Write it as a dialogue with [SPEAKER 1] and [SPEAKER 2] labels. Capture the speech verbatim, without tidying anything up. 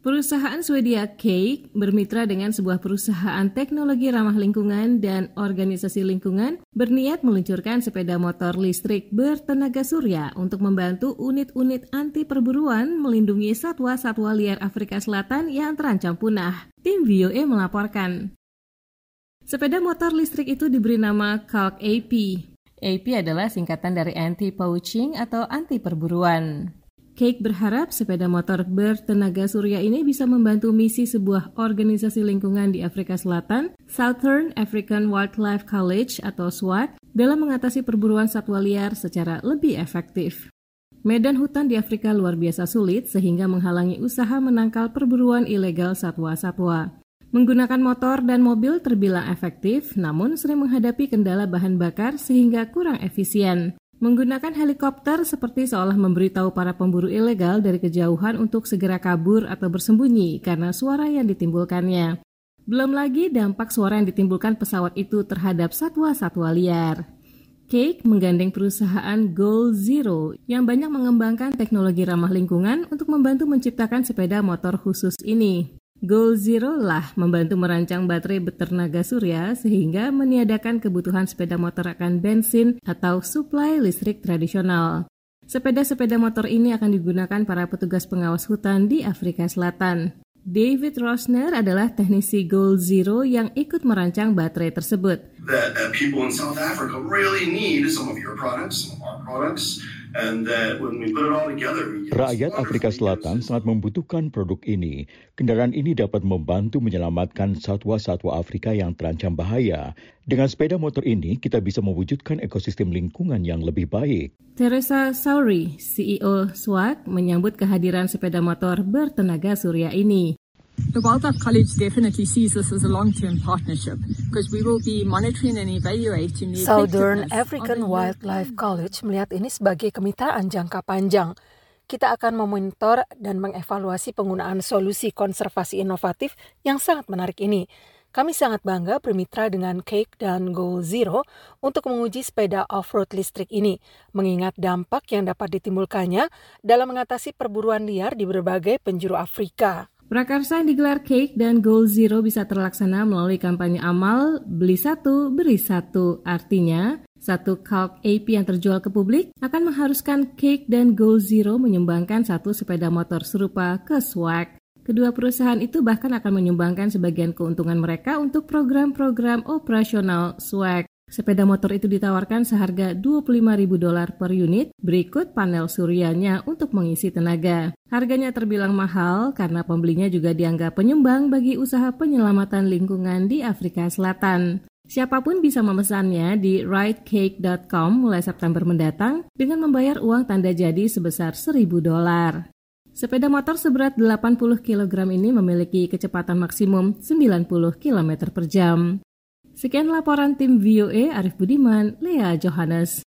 [SPEAKER 1] Perusahaan Swedia Cake bermitra dengan sebuah perusahaan teknologi ramah lingkungan dan organisasi lingkungan berniat meluncurkan sepeda motor listrik bertenaga surya untuk membantu unit-unit anti perburuan melindungi satwa-satwa liar Afrika Selatan yang terancam punah. Tim V O A melaporkan. Sepeda motor listrik itu diberi nama Kalk A P. A P adalah singkatan dari anti-poaching atau anti perburuan. Cake berharap sepeda motor bertenaga surya ini bisa membantu misi sebuah organisasi lingkungan di Afrika Selatan, Southern African Wildlife College atau S W A C, dalam mengatasi perburuan satwa liar secara lebih efektif. Medan hutan di Afrika luar biasa sulit sehingga menghalangi usaha menangkal perburuan ilegal satwa-satwa. Menggunakan motor dan mobil terbilang efektif, namun sering menghadapi kendala bahan bakar sehingga kurang efisien. Menggunakan helikopter seperti seolah memberitahu para pemburu ilegal dari kejauhan untuk segera kabur atau bersembunyi karena suara yang ditimbulkannya. Belum lagi dampak suara yang ditimbulkan pesawat itu terhadap satwa-satwa liar. Cake menggandeng perusahaan Goal Zero yang banyak mengembangkan teknologi ramah lingkungan untuk membantu menciptakan sepeda motor khusus ini. Goal Zero lah membantu merancang baterai bertenaga surya sehingga meniadakan kebutuhan sepeda motor akan bensin atau suplai listrik tradisional. Sepeda-sepeda motor ini akan digunakan para petugas pengawas hutan di Afrika Selatan. David Rosner adalah teknisi Goal Zero yang ikut merancang baterai tersebut.
[SPEAKER 2] That uh, people in South Africa really need some of your products, some of our products. And that when we put it all together, we get
[SPEAKER 3] Rakyat Afrika Selatan sangat membutuhkan produk ini. Kendaraan ini dapat membantu menyelamatkan satwa-satwa Afrika yang terancam bahaya. Dengan sepeda motor ini, kita bisa mewujudkan ekosistem lingkungan yang lebih baik.
[SPEAKER 1] Teresa Sauri, C E O S W A C, menyambut kehadiran sepeda motor bertenaga surya ini.
[SPEAKER 4] The Wildlife College definitely sees this as a long-term partnership because we will be monitoring and evaluating the
[SPEAKER 5] Southern African Wildlife College melihat ini sebagai kemitraan jangka panjang. Kita akan memonitor dan mengevaluasi penggunaan solusi konservasi inovatif yang sangat menarik ini. Kami sangat bangga bermitra dengan Cake dan Goal Zero untuk menguji sepeda off-road listrik ini, mengingat dampak yang dapat ditimbulkannya dalam mengatasi perburuan liar di berbagai penjuru Afrika.
[SPEAKER 1] Prakarsa yang digelar Cake dan Goal Zero bisa terlaksana melalui kampanye amal beli satu, beri satu. Artinya, satu Kalk A P yang terjual ke publik akan mengharuskan Cake dan Goal Zero menyumbangkan satu sepeda motor serupa ke S W A C. Kedua perusahaan itu bahkan akan menyumbangkan sebagian keuntungan mereka untuk program-program operasional S W A C. Sepeda motor itu ditawarkan seharga dua puluh lima ribu dolar per unit, berikut panel suryanya untuk mengisi tenaga. Harganya terbilang mahal karena pembelinya juga dianggap penyumbang bagi usaha penyelamatan lingkungan di Afrika Selatan. Siapapun bisa memesannya di ride cake dot com mulai September mendatang dengan membayar uang tanda jadi sebesar seribu dolar. Sepeda motor seberat delapan puluh kilogram ini memiliki kecepatan maksimum sembilan puluh kilometer per jam. Sekian laporan tim V O A, Arif Budiman, Lea Johannes.